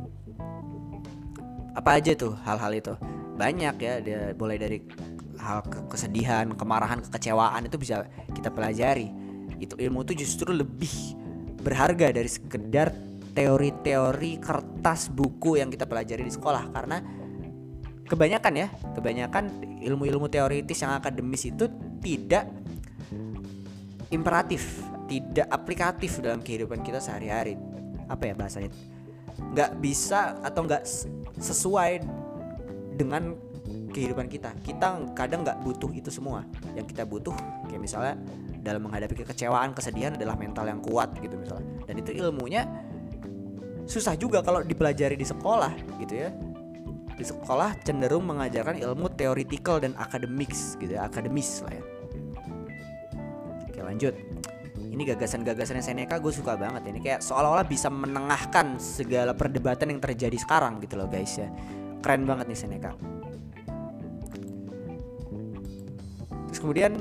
Apa aja tuh hal-hal itu? Banyak ya, dia mulai dari hal kesedihan, kemarahan, kekecewaan itu bisa kita pelajari. Itu ilmu itu justru lebih berharga dari sekedar teori-teori kertas buku yang kita pelajari di sekolah. Karena kebanyakan ilmu-ilmu teoritis yang akademis itu tidak imperatif, tidak aplikatif dalam kehidupan kita sehari-hari. Apa ya bahasanya? Nggak bisa atau nggak sesuai dengan kehidupan kita. Kita kadang nggak butuh itu semua. Yang kita butuh kayak misalnya dalam menghadapi kekecewaan, kesedihan adalah mental yang kuat gitu misalnya. Dan itu ilmunya susah juga kalau dipelajari di sekolah gitu ya. Di sekolah cenderung mengajarkan ilmu theoretical dan akademis gitu ya, akademis lah ya. Oke lanjut. Ini gagasan-gagasannya Seneca gue suka banget. Ini kayak seolah-olah bisa menengahkan segala perdebatan yang terjadi sekarang gitu loh guys ya. Keren banget nih Seneca. Terus kemudian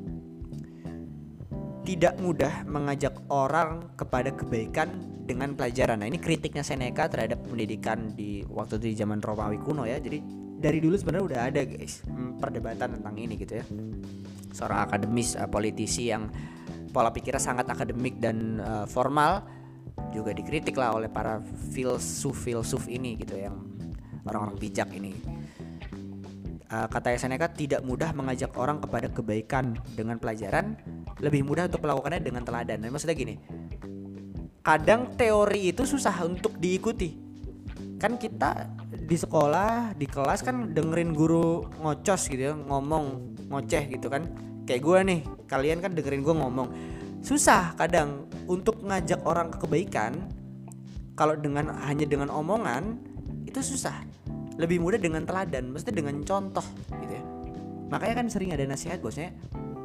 tidak mudah mengajak orang kepada kebaikan dengan pelajaran. Nah ini kritiknya Seneca terhadap pendidikan di waktu itu di zaman Romawi kuno ya. Jadi dari dulu sebenarnya udah ada guys perdebatan tentang ini gitu ya. Seorang akademis, politisi yang pola pikirnya sangat akademik dan formal juga dikritik lah oleh para filsuf ini gitu yang orang-orang bijak ini. Kata Seneca tidak mudah mengajak orang kepada kebaikan dengan pelajaran, lebih mudah untuk melakukannya dengan teladan. Dan maksudnya gini, kadang teori itu susah untuk diikuti. Kan kita di sekolah, di kelas kan dengerin guru ngocos gitu ya, ngomong ngoceh gitu kan. Kayak gue nih, kalian kan dengerin gue ngomong. Susah kadang untuk ngajak orang ke kebaikan. Kalau hanya dengan omongan itu susah. Lebih mudah dengan teladan, maksudnya dengan contoh gitu ya. Makanya kan sering ada nasihat bosnya,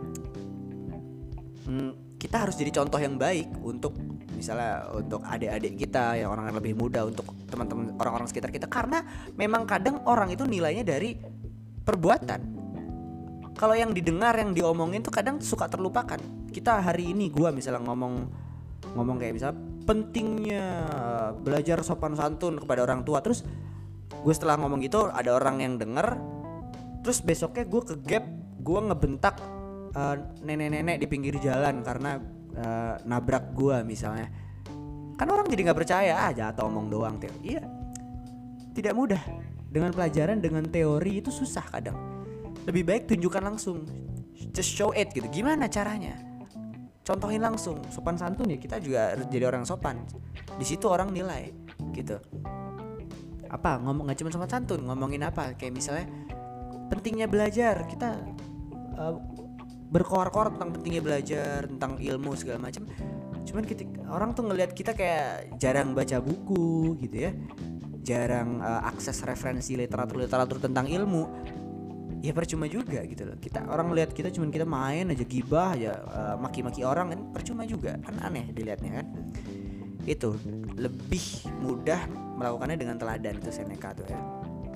kita harus jadi contoh yang baik untuk misalnya untuk adik-adik kita yang orang lebih muda, untuk teman-teman orang-orang sekitar kita. Karena memang kadang orang itu nilainya dari perbuatan. Kalau yang didengar, yang diomongin tuh kadang suka terlupakan. Kita hari ini gue misalnya ngomong kayak misalnya pentingnya belajar sopan santun kepada orang tua. Terus gue setelah ngomong gitu ada orang yang denger, terus besoknya gue ke gap, gue ngebentak nenek-nenek di pinggir jalan karena nabrak gue misalnya. Kan orang jadi gak percaya, jatuh omong doang. Iya, tidak mudah. Dengan pelajaran, dengan teori itu susah kadang. Lebih baik tunjukkan langsung, just show it gitu. Gimana caranya? Contohin langsung. Sopan santun ya, kita juga harus jadi orang sopan. Di situ orang nilai gitu. Apa ngomong nggak cuma sopan santun, ngomongin apa? Kayak misalnya pentingnya belajar, kita berkoar-koar tentang pentingnya belajar, tentang ilmu segala macam. Cuman orang tuh ngelihat kita kayak jarang baca buku gitu ya, jarang akses referensi literatur tentang ilmu. Ya percuma juga gitu loh. Orang lihat kita cuman kita main aja, gibah aja, maki-maki orang kan percuma juga. Kan aneh dilihatnya kan. Itu lebih mudah melakukannya dengan teladan, itu Seneca tuh ya.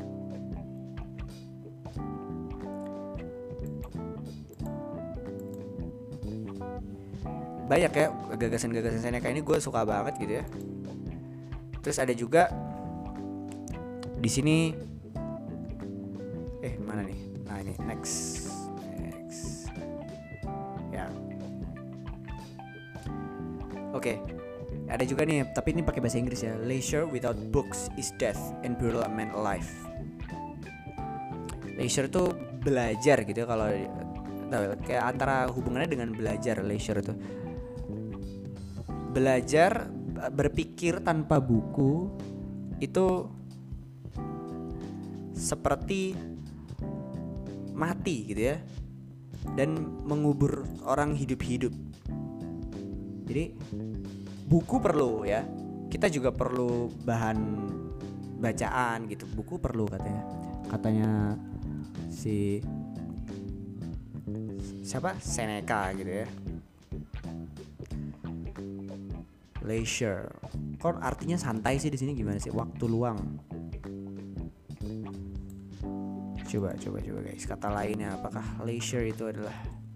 Banyak ya gagasan-gagasan Seneca ini, gue suka banget gitu ya. Terus ada juga di sini mana nih? Nah ini next ya. Oke. Ada juga nih, tapi ini pakai bahasa Inggris ya. Leisure without books is death and brutal man alive. Leisure tuh belajar gitu ya, kalau kayak antara hubungannya dengan belajar. Leisure itu belajar, berpikir tanpa buku itu seperti mati gitu ya, dan mengubur orang hidup-hidup. Jadi buku perlu ya, kita juga perlu bahan bacaan gitu. Buku perlu katanya si siapa, Seneca gitu ya. Leisure kok artinya santai sih di sini, gimana sih? Waktu luang. Coba guys, kata lainnya apakah leisure itu adalah,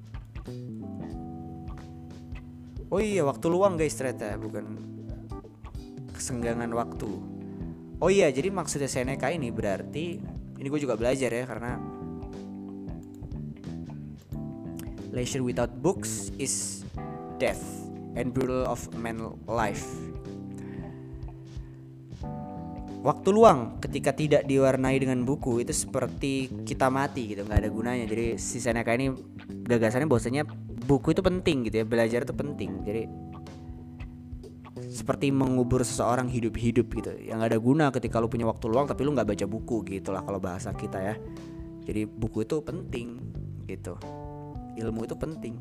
oh iya, waktu luang guys, ternyata bukan kesenggangan waktu. Oh iya, jadi maksudnya Seneca ini berarti, ini gue juga belajar ya, karena leisure without books is death and brutal of man's life. Waktu luang ketika tidak diwarnai dengan buku itu seperti kita mati gitu, nggak ada gunanya. Jadi si Seneca ini gagasannya bahwasanya buku itu penting gitu ya, belajar itu penting. Jadi seperti mengubur seseorang hidup-hidup gitu, yang nggak ada guna ketika lu punya waktu luang tapi lu nggak baca buku gitulah kalau bahasa kita ya. Jadi buku itu penting gitu, ilmu itu penting.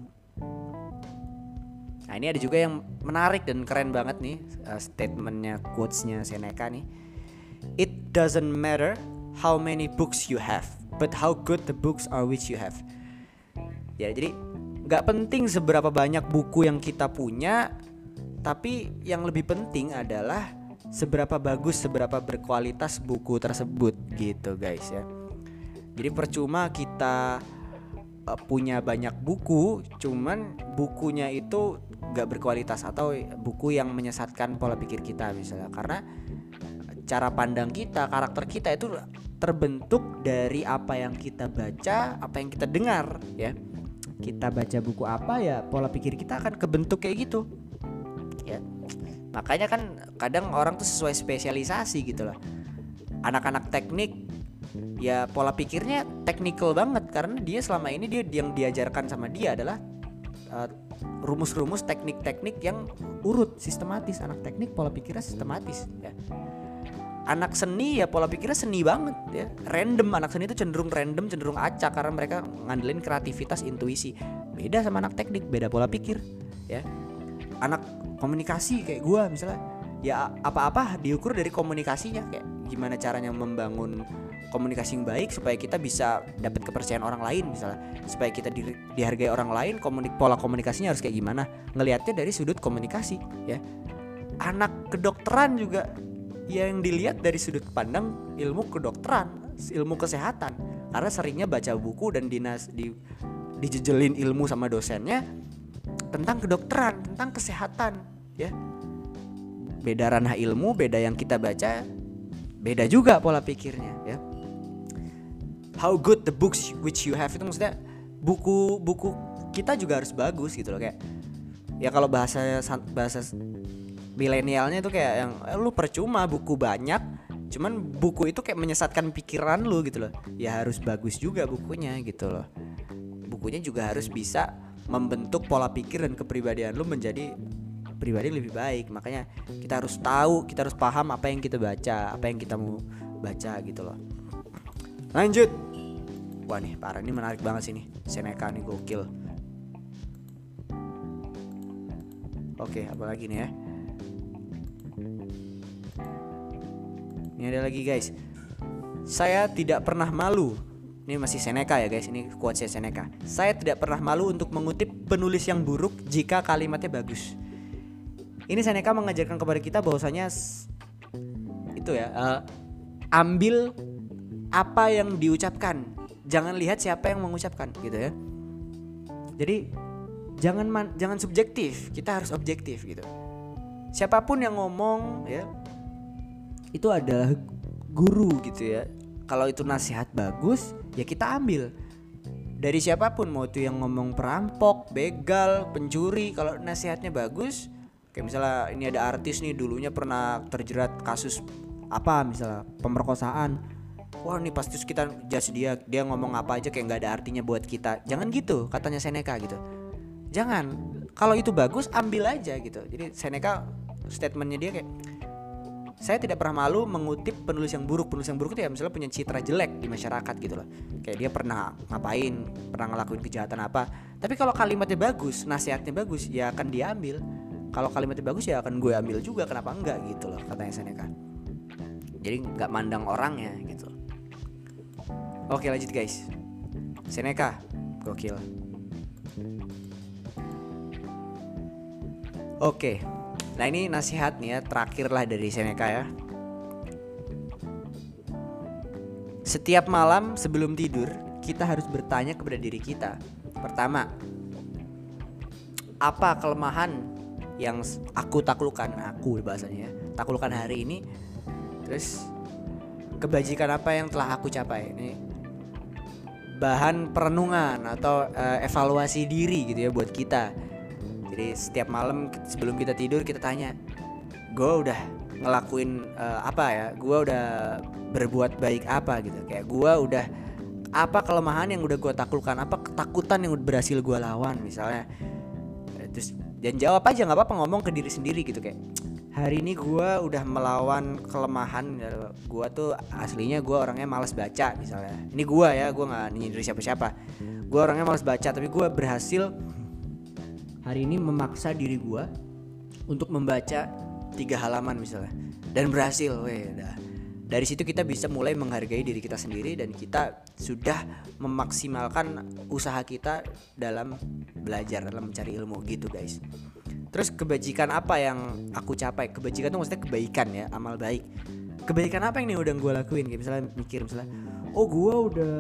Nah ini ada juga yang menarik dan keren banget nih, statementnya, quotesnya Seneca nih. It doesn't matter how many books you have, but how good the books are which you have. Ya, jadi gak penting seberapa banyak buku yang kita punya, tapi yang lebih penting adalah seberapa bagus, seberapa berkualitas buku tersebut gitu guys ya. Jadi percuma kita punya banyak buku, cuman bukunya itu gak berkualitas, atau buku yang menyesatkan pola pikir kita misalnya. Karena cara pandang kita, karakter kita itu terbentuk dari apa yang kita baca, apa yang kita dengar ya. Kita baca buku apa ya, pola pikir kita akan kebentuk kayak gitu ya. Makanya kan kadang orang tuh sesuai spesialisasi gitu lah. Anak-anak teknik ya pola pikirnya technical banget, karena dia selama ini dia yang diajarkan sama dia adalah rumus-rumus teknik-teknik yang urut, sistematis. Anak teknik pola pikirnya sistematis ya. Anak seni ya pola pikirnya seni banget ya, random. Anak seni itu cenderung random, cenderung acak, karena mereka ngandelin kreativitas, intuisi. Beda sama anak teknik, beda pola pikir ya. Anak komunikasi kayak gua misalnya, ya apa-apa diukur dari komunikasinya, kayak gimana caranya membangun komunikasi yang baik supaya kita bisa dapat kepercayaan orang lain misalnya, supaya kita dihargai orang lain. Pola komunikasinya harus kayak gimana, ngelihatnya dari sudut komunikasi ya. Anak kedokteran juga yang dilihat dari sudut pandang ilmu kedokteran, ilmu kesehatan, karena seringnya baca buku dan dijejelin ilmu sama dosennya tentang kedokteran, tentang kesehatan ya. Beda ranah ilmu, beda yang kita baca, beda juga pola pikirnya ya. How good the books which you have, itu maksudnya buku kita juga harus bagus gitu loh. Kayak ya kalau bahasa milenialnya itu kayak yang lu percuma buku banyak, cuman buku itu kayak menyesatkan pikiran lu gitu loh. Ya harus bagus juga bukunya gitu loh. Bukunya juga harus bisa membentuk pola pikir dan kepribadian lu menjadi pribadi lebih baik. Makanya kita harus tahu, kita harus paham apa yang kita baca, apa yang kita mau baca gitu loh. Lanjut. Wah nih parah, ini menarik banget sih nih, Seneca nih gokil. Oke, apa lagi nih ya? Ini ada lagi guys. Saya tidak pernah malu. Ini masih Seneca ya guys, ini quotes Seneca. Saya tidak pernah malu untuk mengutip penulis yang buruk jika kalimatnya bagus. Ini Seneca mengajarkan kepada kita bahwasanya itu ya, ambil apa yang diucapkan, jangan lihat siapa yang mengucapkan gitu ya. Jadi jangan subjektif, kita harus objektif gitu. Siapapun yang ngomong ya, itu adalah guru gitu ya. Kalau itu nasihat bagus, ya kita ambil dari siapapun, mau itu yang ngomong perampok, begal, pencuri. Kalau nasihatnya bagus, kayak misalnya ini ada artis nih dulunya pernah terjerat kasus apa misalnya pemerkosaan, wah nih pasti kita judge dia ngomong apa aja kayak nggak ada artinya buat kita. Jangan gitu, katanya Seneca gitu. Jangan, kalau itu bagus ambil aja gitu. Jadi Seneca statementnya dia kayak, saya tidak pernah malu mengutip penulis yang buruk. Penulis yang buruk itu ya misalnya punya citra jelek di masyarakat gitu loh. Kayak dia pernah ngapain, pernah ngelakuin kejahatan apa. Tapi kalau kalimatnya bagus, nasihatnya bagus, ya akan diambil. Kalau kalimatnya bagus ya akan gue ambil juga, kenapa enggak gitu loh, katanya Seneca. Jadi nggak mandang orangnya gitu. Oke lanjut guys. Seneca, gokil. Oke. Nah ini nasihat nih ya, terakhir lah dari Seneca ya. Setiap malam sebelum tidur, kita harus bertanya kepada diri kita. Pertama, apa kelemahan yang aku taklukkan, aku bahasanya ya, taklukkan hari ini. Terus kebajikan apa yang telah aku capai. Ini bahan perenungan atau evaluasi diri gitu ya buat kita. Jadi setiap malam sebelum kita tidur kita tanya, gue udah ngelakuin apa ya, gue udah berbuat baik apa gitu. Kayak gue udah, apa kelemahan yang udah gue taklukkan, apa ketakutan yang udah berhasil gue lawan misalnya. Terus dan jawab aja, nggak apa-apa ngomong ke diri sendiri gitu kayak, hari ini gue udah melawan kelemahan. Gue tuh aslinya gue orangnya malas baca misalnya. Ini gue ya, gue nggak nyindir siapa-siapa. Gue orangnya malas baca, tapi gue berhasil hari ini memaksa diri gue untuk membaca 3 halaman misalnya, dan berhasil. Dari situ kita bisa mulai menghargai diri kita sendiri, dan kita sudah memaksimalkan usaha kita dalam belajar, dalam mencari ilmu gitu guys. Terus kebajikan apa yang aku capai? Kebajikan itu maksudnya kebaikan ya, amal baik. Kebaikan apa yang nih udah gue lakuin? Kayak misalnya mikir misalnya, oh gue udah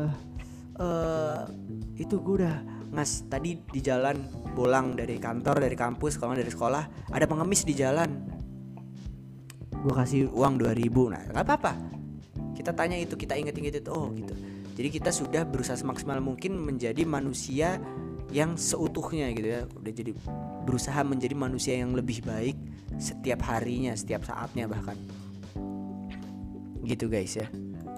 gue udah tadi di jalan pulang dari kantor, dari kampus, kalau dari sekolah ada pengemis di jalan, gue kasih uang 2.000. Nah nggak apa-apa, kita tanya itu, kita inget-inget itu, oh gitu. Jadi kita sudah berusaha semaksimal mungkin menjadi manusia yang seutuhnya gitu ya, udah jadi berusaha menjadi manusia yang lebih baik setiap harinya, setiap saatnya bahkan gitu guys ya.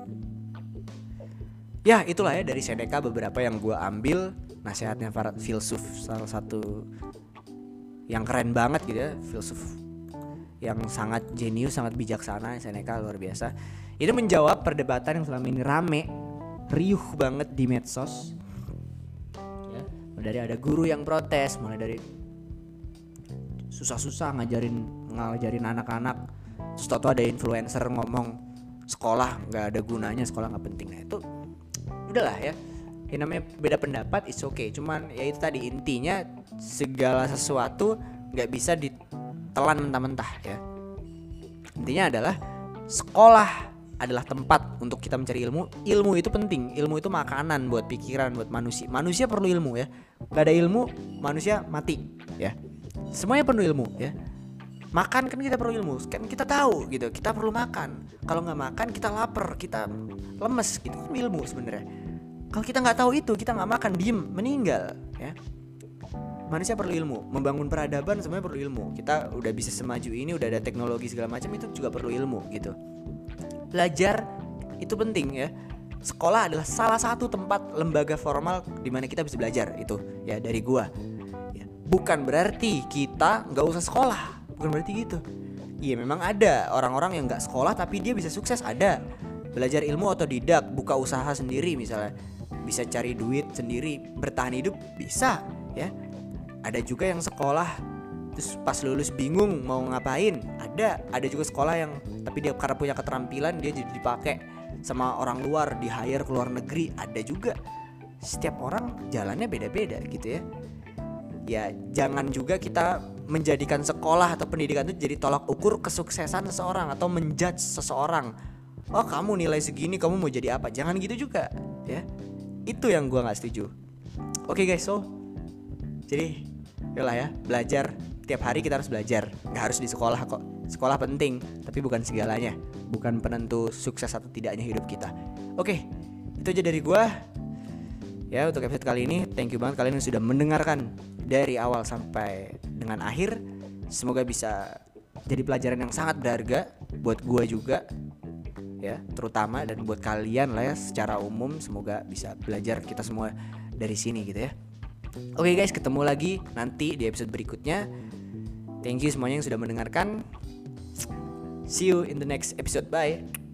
Ya itulah ya dari Seneca beberapa yang gue ambil nasihatnya para filsuf, salah satu yang keren banget gitu ya, filsuf yang sangat jenius, sangat bijaksana. Seneca luar biasa. Ini menjawab perdebatan yang selama ini rame, riuh banget di medsos ya. Dari ada guru yang protes, mulai dari susah-susah ngajarin anak-anak, terus tau ada influencer ngomong sekolah nggak ada gunanya, sekolah nggak penting. Nah itu udahlah ya, yang namanya beda pendapat it's okay. Cuman ya itu tadi, intinya segala sesuatu nggak bisa ditelan mentah-mentah ya. Intinya adalah sekolah adalah tempat untuk kita mencari ilmu. Ilmu itu penting, ilmu itu makanan buat pikiran, buat manusia. Manusia perlu ilmu ya, nggak ada ilmu manusia mati ya. Semuanya perlu ilmu ya. Makan kan kita perlu ilmu, kan kita tahu gitu, kita perlu makan. Kalau nggak makan kita lapar, kita lemes gitu, itu ilmu sebenarnya. Kalau kita nggak tahu itu, kita nggak makan, diem, meninggal ya. Manusia perlu ilmu, membangun peradaban semuanya perlu ilmu. Kita udah bisa semaju ini, udah ada teknologi segala macam, itu juga perlu ilmu gitu. Belajar itu penting ya. Sekolah adalah salah satu tempat lembaga formal di mana kita bisa belajar, itu ya dari gua. Ya, bukan berarti kita nggak usah sekolah, bukan berarti gitu. Iya memang ada orang-orang yang nggak sekolah tapi dia bisa sukses, ada. Belajar ilmu otodidak, buka usaha sendiri misalnya, bisa cari duit sendiri, bertahan hidup bisa ya. Ada juga yang sekolah terus pas lulus bingung mau ngapain, ada juga sekolah yang tapi dia karena punya keterampilan dia jadi dipakai sama orang luar, di hire ke luar negeri, ada juga. Setiap orang jalannya beda-beda gitu ya. Ya jangan juga kita menjadikan sekolah atau pendidikan itu jadi tolak ukur kesuksesan seseorang atau menjudge seseorang. Oh kamu nilai segini kamu mau jadi apa? Jangan gitu juga ya. Itu yang gue gak setuju. Oke guys, so jadi yalah ya, belajar. Tiap hari kita harus belajar, gak harus di sekolah kok. Sekolah penting, tapi bukan segalanya, bukan penentu sukses atau tidaknya hidup kita. Oke, itu aja dari gue ya untuk episode kali ini. Thank you banget kalian yang sudah mendengarkan dari awal sampai dengan akhir. Semoga bisa jadi pelajaran yang sangat berharga buat gue juga. ya, terutama, dan buat kalian lah ya secara umum. Semoga bisa belajar kita semua dari sini gitu ya. Oke guys, ketemu lagi nanti di episode berikutnya. Thank you semuanya yang sudah mendengarkan. See you in the next episode. Bye.